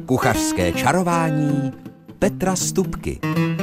Kuchařské čarování Petra Stupky.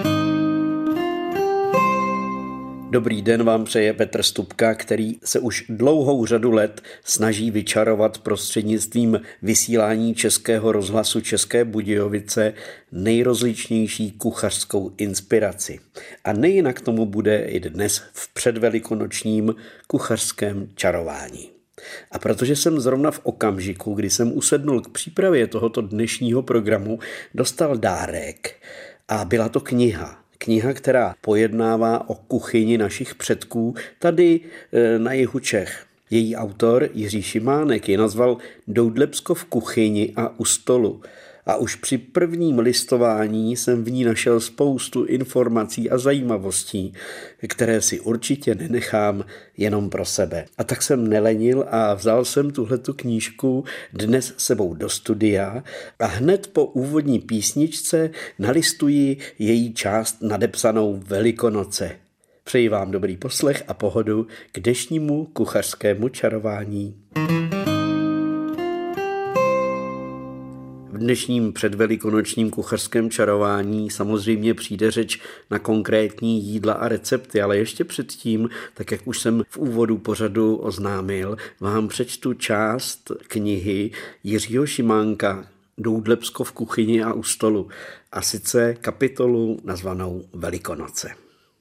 Dobrý den vám přeje Petr Stupka, který se už dlouhou řadu let snaží vyčarovat prostřednictvím vysílání Českého rozhlasu České Budějovice nejrozličnější kuchařskou inspiraci. A nejinak tomu bude i dnes v předvelikonočním kuchařském čarování. A protože jsem zrovna v okamžiku, kdy jsem usednul k přípravě tohoto dnešního programu, dostal dárek a byla to kniha. Kniha, která pojednává o kuchyni našich předků tady na jihu Čech. Její autor Jiří Šimánek ji nazval Doudlebsko v kuchyni a u stolu. A už při prvním listování jsem v ní našel spoustu informací a zajímavostí, které si určitě nenechám jenom pro sebe. A tak jsem nelenil a vzal jsem tuhletu knížku dnes sebou do studia a hned po úvodní písničce nalistuji její část nadepsanou Velikonoce. Přeji vám dobrý poslech a pohodu k dnešnímu kuchařskému čarování. V dnešním předvelikonočním kuchařském čarování samozřejmě přijde řeč na konkrétní jídla a recepty, ale ještě předtím, tak jak už jsem v úvodu pořadu oznámil, vám přečtu část knihy Jiřího Šimánka Doudlebsko v kuchyni a u stolu, a sice kapitolu nazvanou Velikonoce.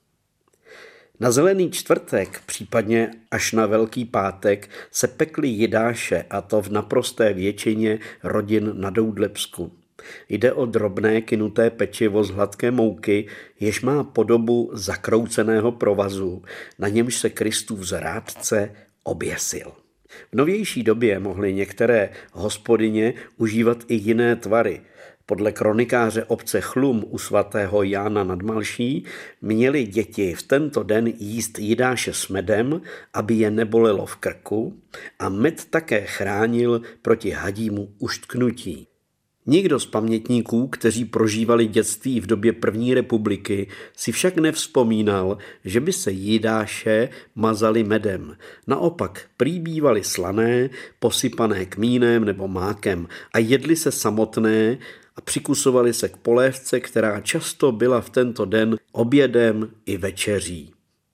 Na Zelený čtvrtek, případně až na Velký pátek, se pekly jidáše, a to v naprosté většině rodin na Doudlebsku. Jde o drobné kynuté pečivo z hladké mouky, jež má podobu zakrouceného provazu, na němž se Kristův zrádce oběsil. V novější době mohly některé hospodyně užívat i jiné tvary. Podle kronikáře obce Chlum u svatého Jána nad Malší měly děti v tento den jíst jidáše s medem, aby je nebolelo v krku, a med také chránil proti hadímu uštknutí. Nikdo z pamětníků, kteří prožívali dětství v době první republiky, si však nevzpomínal, že by se jidáše mazali medem. Naopak prý bývaly slané, posypané kmínem nebo mákem a jedli se samotné a přikusovali se k polévce, která často byla v tento den obědem i večeří.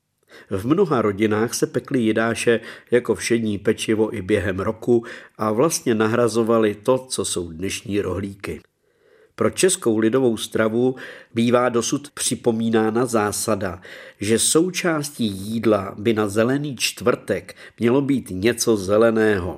V mnoha rodinách se pekly jidáše jako všední pečivo i během roku a vlastně nahrazovali to, co jsou dnešní rohlíky. Pro českou lidovou stravu bývá dosud připomínána zásada, že součástí jídla by na Zelený čtvrtek mělo být něco zeleného.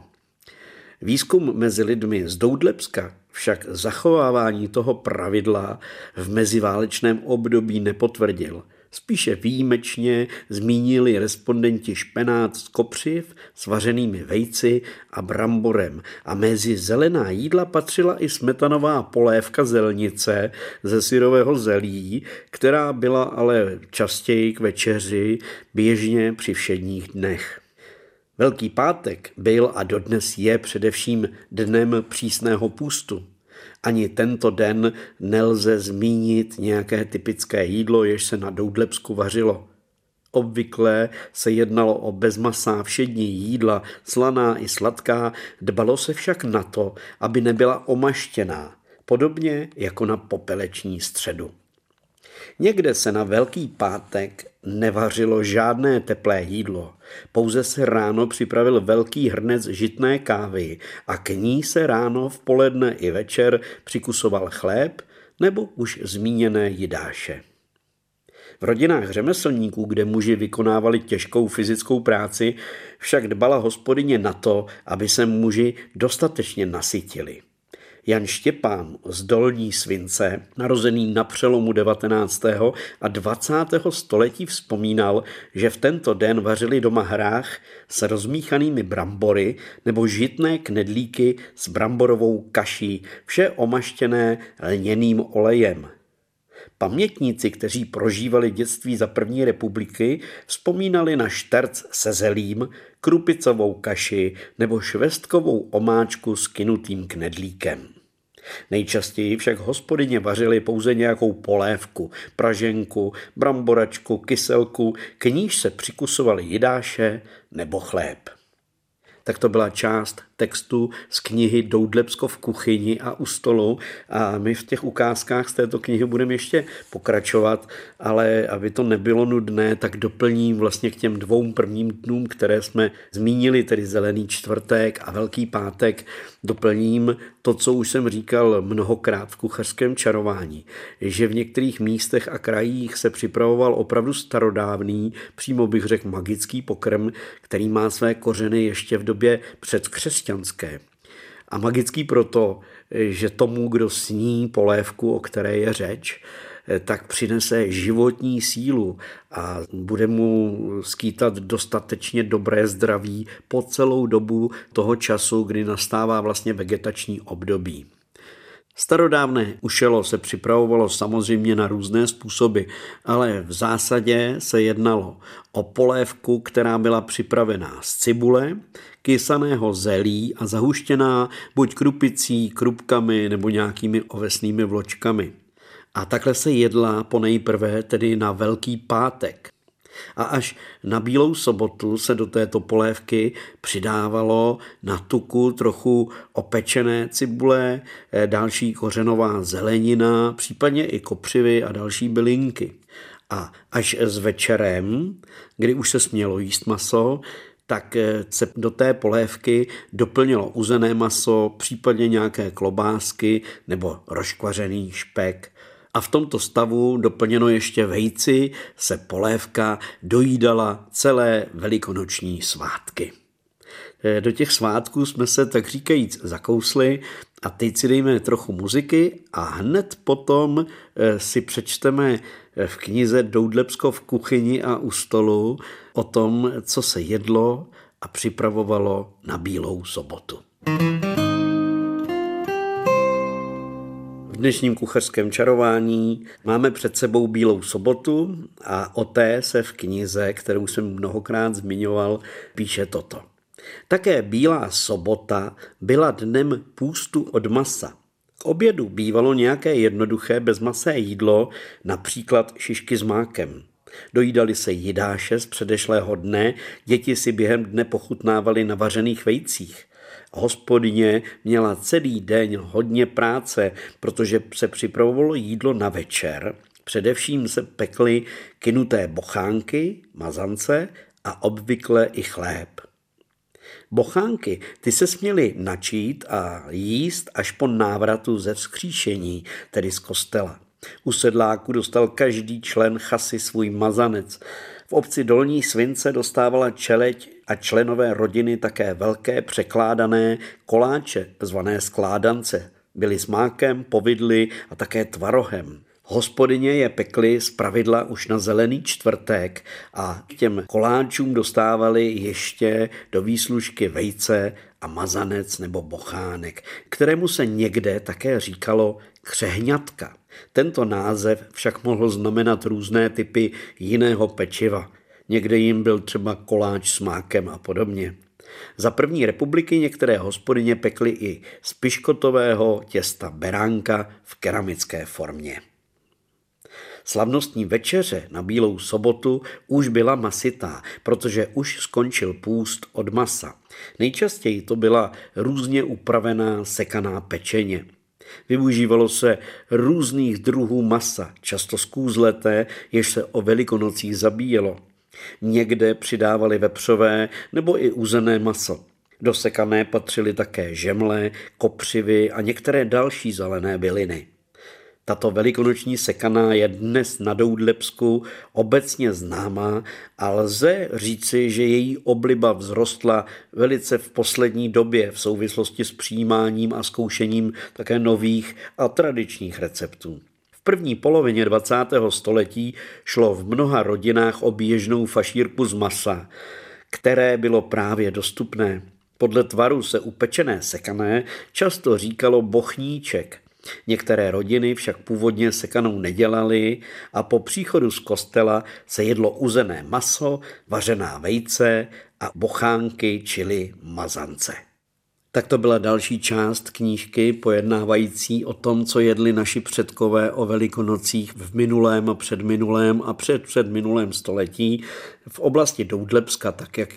Výzkum mezi lidmi z Doudlebska však zachovávání toho pravidla v meziválečném období nepotvrdil. Spíše výjimečně zmínili respondenti špenát z kopřiv s vařenými vejci a bramborem, a mezi zelená jídla patřila i smetanová polévka zelnice ze syrového zelí, která byla ale častěji k večeři, běžně při všedních dnech. Velký pátek byl a dodnes je především dnem přísného půstu. Ani tento den nelze zmínit nějaké typické jídlo, jež se na Doudlebsku vařilo. Obvykle se jednalo o bezmasá všední jídla, slaná i sladká, dbalo se však na to, aby nebyla omaštěná, podobně jako na popeleční středu. Někde se na Velký pátek nevařilo žádné teplé jídlo, pouze se ráno připravil velký hrnec žitné kávy a k ní se ráno, v poledne i večer přikusoval chléb nebo už zmíněné jidáše. V rodinách řemeslníků, kde muži vykonávali těžkou fyzickou práci, však dbala hospodyně na to, aby se muži dostatečně nasytili. Jan Štěpán z Dolní Svince, narozený na přelomu 19. a 20. století, vzpomínal, že v tento den vařili doma hrách s rozmíchanými brambory nebo žitné knedlíky s bramborovou kaší, vše omaštěné lněným olejem. Pamětníci, kteří prožívali dětství za první republiky, vzpomínali na šterc se zelím, krupicovou kaši nebo švestkovou omáčku s kynutým knedlíkem. Nejčastěji však hospodyně vařili pouze nějakou polévku, praženku, bramboračku, kyselku, k níž se přikusovali jidáše nebo chléb. Tak to byla část textu z knihy Doudlebsko v kuchyni a u stolu a my v těch ukázkách z této knihy budeme ještě pokračovat, ale aby to nebylo nudné, tak doplním vlastně k těm 2 prvním dnům, které jsme zmínili, tedy Zelený čtvrtek a Velký pátek, doplním to, co už jsem říkal mnohokrát v kuchařském čarování, že v některých místech a krajích se připravoval opravdu starodávný, přímo bych řekl magický pokrm, který má své kořeny ještě v době předkřesťanské. A magický proto, že tomu, kdo sní polévku, o které je řeč, tak přinese životní sílu a bude mu skýtat dostatečně dobré zdraví po celou dobu toho času, kdy nastává vlastně vegetační období. Starodávné ušelo se připravovalo samozřejmě na různé způsoby, ale v zásadě se jednalo o polévku, která byla připravená z cibule, kysaného zelí a zahuštěná buď krupicí, krupkami nebo nějakými ovesnými vločkami. A takhle se jedla ponejprve tedy na Velký pátek. A až na Bílou sobotu se do této polévky přidávalo na tuku trochu opečené cibule, další kořenová zelenina, případně i kopřivy a další bylinky. A až s večerem, kdy už se smělo jíst maso, tak se do té polévky doplnilo uzené maso, případně nějaké klobásky nebo rozkvařený špek. A v tomto stavu, doplněno ještě vejci, se polévka dojídala celé velikonoční svátky. Do těch svátků jsme se tak říkajíc zakousli a teď si dejme trochu muziky a hned potom si přečteme v knize Doudlebsko v kuchyni a u stolu o tom, co se jedlo a připravovalo na Bílou sobotu. V dnešním kuchařském čarování máme před sebou Bílou sobotu a o té se v knize, kterou jsem mnohokrát zmiňoval, píše toto. Také Bílá sobota byla dnem půstu od masa. K obědu bývalo nějaké jednoduché bezmasé jídlo, například šišky s mákem. Dojídali se jidáše z předešlého dne, děti si během dne pochutnávaly na vařených vejcích. Hospodyně měla celý den hodně práce, protože se připravovalo jídlo na večer. Především se pekly kynuté bochánky, mazance a obvykle i chléb. Bochánky, ty se směly načít a jíst až po návratu ze vzkříšení, tedy z kostela. U sedláku dostal každý člen chasy svůj mazanec. V obci Dolní Svince dostávala čeleď a členové rodiny také velké překládané koláče, zvané skládance. Byly s mákem, povidly a také tvarohem. Hospodyně je pekly zpravidla už na Zelený čtvrtek a k těm koláčům dostávali ještě do výslužky vejce a mazanec nebo bochánek, kterému se někde také říkalo křehňatka. Tento název však mohl znamenat různé typy jiného pečiva. Někde jim byl třeba koláč s mákem a podobně. Za první republiky některé hospodyně pekly i z piškotového těsta beránka v keramické formě. Slavnostní večeře na Bílou sobotu už byla masitá, protože už skončil půst od masa. Nejčastěji to byla různě upravená sekaná pečeně. Využívalo se různých druhů masa, často skůzleté, jež se o Velikonocích zabíjelo. Někde přidávali vepřové nebo i uzené maso. Do sekané patřily také žemle, kopřivy a některé další zelené byliny. Tato velikonoční sekaná je dnes na Doudlebsku obecně známá a lze říci, že její obliba vzrostla velice v poslední době v souvislosti s přijímáním a zkoušením také nových a tradičních receptů. V první polovině 20. století šlo v mnoha rodinách o běžnou fašírku z masa, které bylo právě dostupné. Podle tvaru se u pečené sekané často říkalo bochníček. Některé rodiny však původně sekanou nedělaly a po příchodu z kostela se jedlo uzené maso, vařená vejce a bochánky, čili mazance. Tak to byla další část knížky pojednávající o tom, co jedli naši předkové o Velikonocích v minulém a předminulém a předminulém století v oblasti Doudlebska, tak jak je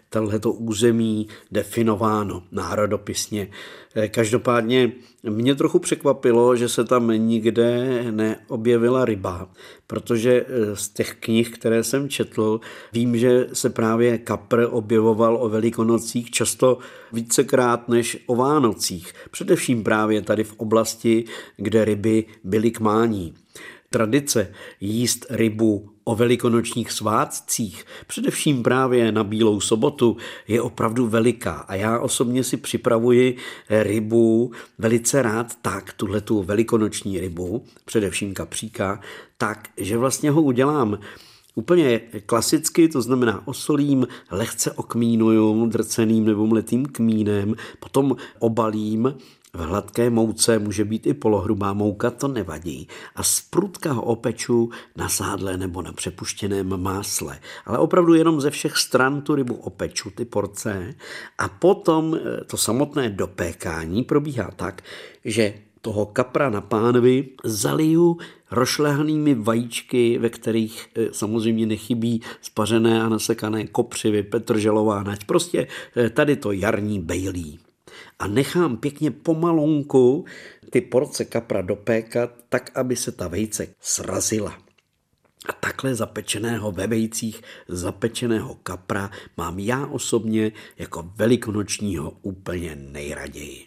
tohleto území definováno národopisně. Každopádně mě trochu překvapilo, že se tam nikde neobjevila ryba, protože z těch knih, které jsem četl, vím, že se právě kapr objevoval o Velikonocích často vícekrát než o Vánocích. Především právě tady v oblasti, kde ryby byly k mání. Tradice jíst rybu o velikonočních svátcích, především právě na Bílou sobotu, je opravdu veliká a já osobně si připravuji rybu velice rád tak, tuhletu velikonoční rybu, především kapříka, tak, že vlastně ho udělám úplně klasicky, to znamená osolím, lehce okmínuju drceným nebo mletým kmínem, potom obalím v hladké mouce, může být i polohrubá mouka, to nevadí. A zprudka ho opeču na sádle nebo na přepuštěném másle. Ale opravdu jenom ze všech stran tu rybu opeču, ty porce. A potom to samotné dopékání probíhá tak, že toho kapra na pánvi zaliju rošlehanými vajíčky, ve kterých samozřejmě nechybí spařené a nasekané kopřivy, petrželová nať, prostě tady to jarní bejlí. A nechám pěkně pomalonku ty porce kapra dopékat tak, aby se ta vejce srazila. A takhle zapečeného ve vejcích, zapečeného kapra mám já osobně jako velikonočního úplně nejraději.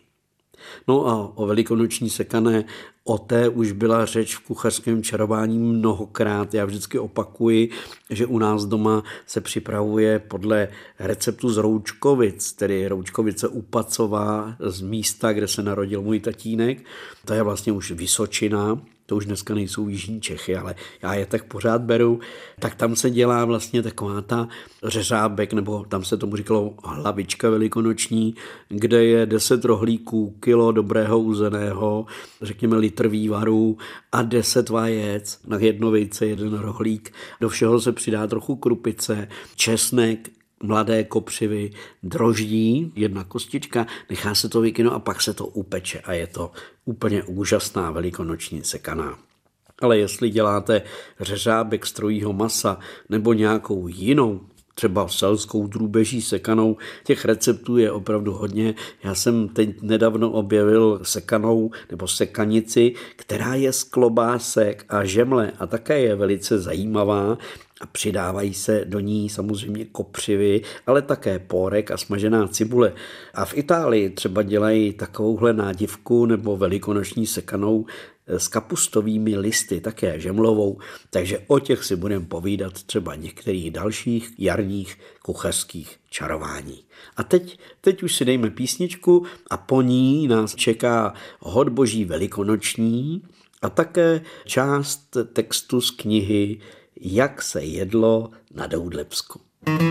No a o velikonoční sekané, o té už byla řeč v kuchařském čarování mnohokrát. Já vždycky opakuji, že u nás doma se připravuje podle receptu z Roučkovic, tedy Roučkovice u Pacova, z místa, kde se narodil můj tatínek. To je vlastně už Vysočina, to už dneska nejsou jižní Čechy, ale já je tak pořád beru, tak tam se dělá vlastně taková ta řeřábek, nebo tam se tomu říkalo hlavička velikonoční, kde je 10 rohlíků, kilo dobrého uzeného, řekněme litr vývaru a 10 vajec, na jedno vejce 1 rohlík. Do všeho se přidá trochu krupice, česnek, mladé kopřivy, droždí, 1 kostička, nechá se to vykynout a pak se to upeče a je to úplně úžasná velikonoční sekaná. Ale jestli děláte řeřábek z trojího masa nebo nějakou jinou, třeba selskou drůbeží sekanou, těch receptů je opravdu hodně. Já jsem teď nedávno objevil sekanou nebo sekanici, která je z klobásek a žemle a také je velice zajímavá. A přidávají se do ní samozřejmě kopřivy, ale také pórek a smažená cibule. A v Itálii třeba dělají takovouhle nádivku nebo velikonoční sekanou s kapustovými listy, také žemlovou, takže o těch si budeme povídat třeba některých dalších jarních kuchařských čarování. A teď už si dejme písničku a po ní nás čeká hod boží velikonoční a také část textu z knihy Jak se jedlo na Doudlebsku.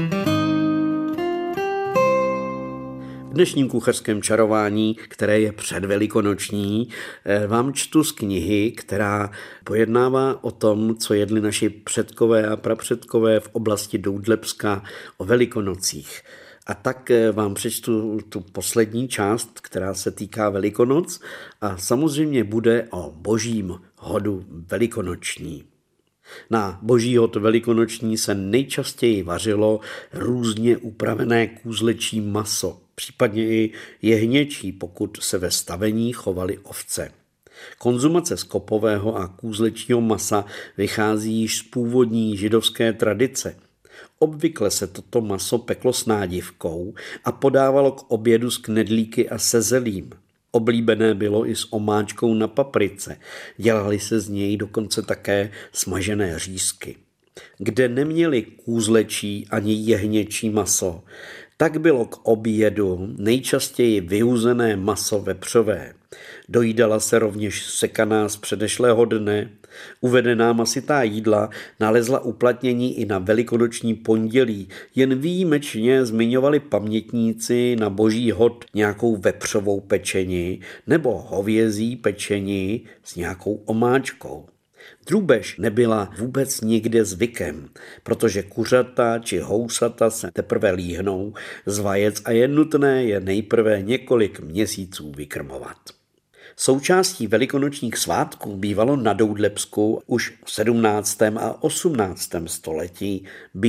V dnešním kuchařském čarování, které je předvelikonoční, vám čtu z knihy, která pojednává o tom, co jedli naši předkové a prapředkové v oblasti Doudlebska o Velikonocích. A tak vám přečtu tu poslední část, která se týká Velikonoc a samozřejmě bude o božím hodu velikonoční. Na boží hod velikonoční se nejčastěji vařilo různě upravené kůzlečí maso, případně i jehněčí, pokud se ve stavení chovaly ovce. Konzumace skopového a kůzlečího masa vychází již z původní židovské tradice. Obvykle se toto maso peklo s nádivkou a podávalo k obědu s knedlíky a se zelím. Oblíbené bylo i s omáčkou na paprice, dělali se z něj dokonce také smažené řízky. Kde neměli kůzlečí ani jehněčí maso, tak bylo k obědu nejčastěji vyuzené maso vepřové. Dojídala se rovněž sekaná z předešlého dne. Uvedená masitá jídla nalezla uplatnění i na velikonoční pondělí, jen výjimečně zmiňovali pamětníci na boží hod nějakou vepřovou pečení nebo hovězí pečení s nějakou omáčkou. Drůbež nebyla vůbec nikde zvykem, protože kuřata či housata se teprve líhnou z vajec a je nutné je nejprve několik měsíců vykrmovat. Součástí velikonočních svátků bývalo na Doudlebsku už v 17. a 18. století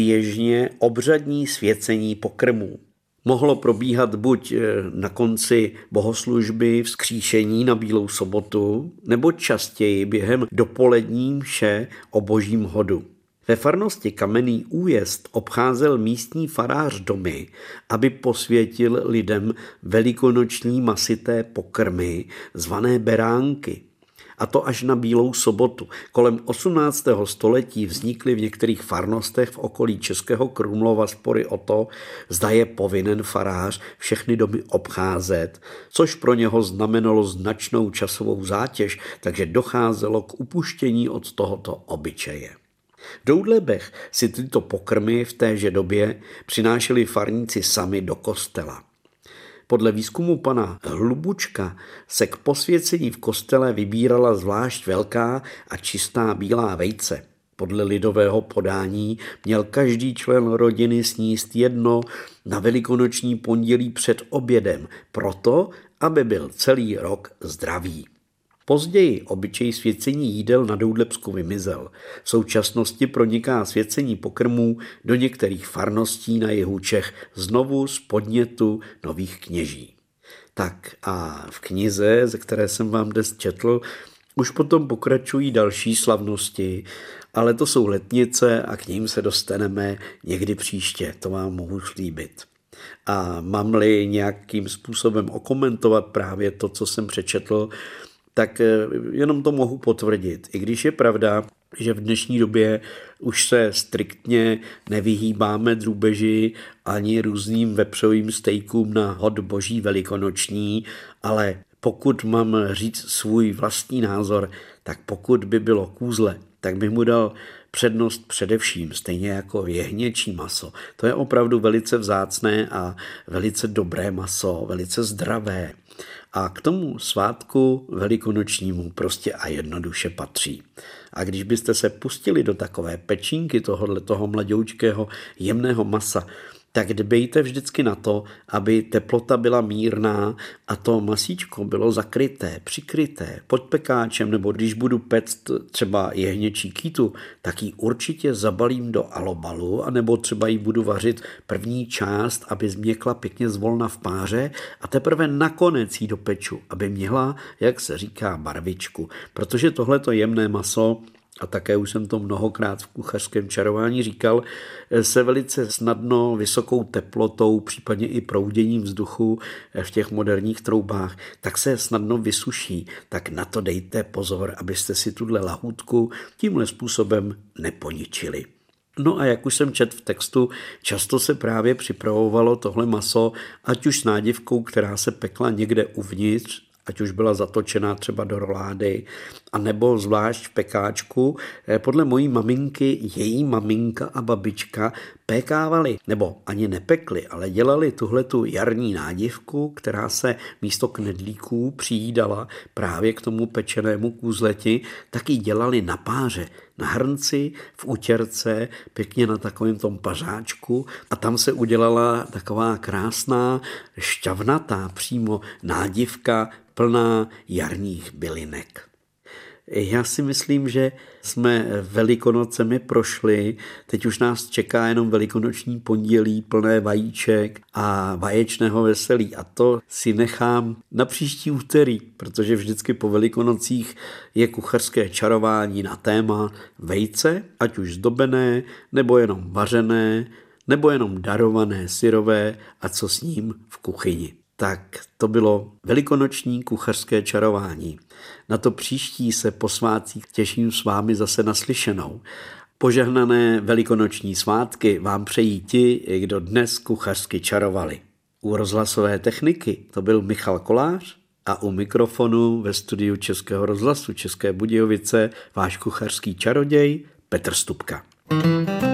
běžně obřadní svěcení pokrmů. Mohlo probíhat buď na konci bohoslužby vzkříšení na Bílou sobotu, nebo častěji během dopolední mše o Božím hodu. Ve farnosti Kamenný Újezd obcházel místní farář domy, aby posvětil lidem velikonoční masité pokrmy zvané beránky. A to až na Bílou sobotu. Kolem 18. století vznikly v některých farnostech v okolí Českého Krumlova spory o to, zda je povinen farář všechny domy obcházet, což pro něho znamenalo značnou časovou zátěž, takže docházelo k upuštění od tohoto obyčeje. V Doudlebech si tyto pokrmy v téže době přinášeli farníci sami do kostela. Podle výzkumu pana Hlubučka se k posvěcení v kostele vybírala zvlášť velká a čistá bílá vejce. Podle lidového podání měl každý člen rodiny sníst jedno na velikonoční pondělí před obědem, proto, aby byl celý rok zdravý. Později obyčej svěcení jídel na Doudlebsku vymizel. V současnosti proniká svěcení pokrmů do některých farností na jihu Čech znovu z podnětu nových kněží. Tak a v knize, ze které jsem vám dnes četl, už potom pokračují další slavnosti, ale to jsou letnice a k ním se dostaneme někdy příště, to vám mohu slíbit. A mám-li nějakým způsobem okomentovat právě to, co jsem přečetl, tak jenom to mohu potvrdit. I když je pravda, že v dnešní době už se striktně nevyhýbáme drůbeži ani různým vepřovým stejkům na hod Boží velikonoční, ale pokud mám říct svůj vlastní názor, tak pokud by bylo kůzle, tak bych mu dal přednost především, stejně jako jehněčí maso. To je opravdu velice vzácné a velice dobré maso, velice zdravé. A k tomu svátku velikonočnímu prostě a jednoduše patří. A když byste se pustili do takové pečínky toho mladoučkého jemného masa, tak dbejte vždycky na to, aby teplota byla mírná a to masíčko bylo zakryté, přikryté pod pekáčem, nebo když budu péct třeba jehněčí kýtu, tak ji určitě zabalím do alobalu, anebo třeba ji budu vařit první část, aby změkla pěkně zvolna v páře a teprve nakonec ji dopeču, aby měla, jak se říká, barvičku. Protože tohleto jemné maso, a také už jsem to mnohokrát v kuchařském čarování říkal, se velice snadno vysokou teplotou, případně i prouděním vzduchu v těch moderních troubách, tak se snadno vysuší. Tak na to dejte pozor, abyste si tuhle lahůdku tímhle způsobem neponičili. No a jak už jsem četl v textu, často se právě připravovalo tohle maso, ať už s nádivkou, která se pekla někde uvnitř, ať už byla zatočená třeba do rolády, anebo zvlášť v pekáčku. Podle mojí maminky, její maminka a babička pékávali, nebo ani nepekli, ale dělali tuhletu jarní nádivku, která se místo knedlíků přijídala právě k tomu pečenému kůzleti, tak ji dělali na páře, na hrnci, v utěrce, pěkně na takovém tom pařáčku a tam se udělala taková krásná, šťavnatá přímo nádivka plná jarních bylinek. Já si myslím, že jsme Velikonocemi prošli, teď už nás čeká jenom velikonoční pondělí plné vajíček a vaječného veselí a to si nechám na příští úterý, protože vždycky po Velikonocích je kuchařské čarování na téma vejce, ať už zdobené, nebo jenom vařené, nebo jenom darované syrové a co s ním v kuchyni. Tak to bylo velikonoční kuchařské čarování. Na to příští se po svátcích těším s vámi zase naslyšenou. Požehnané velikonoční svátky vám přejí ti, kdo dnes kuchařsky čarovali. U rozhlasové techniky to byl Michal Kolář a u mikrofonu ve studiu Českého rozhlasu České Budějovice váš kuchařský čaroděj Petr Stupka.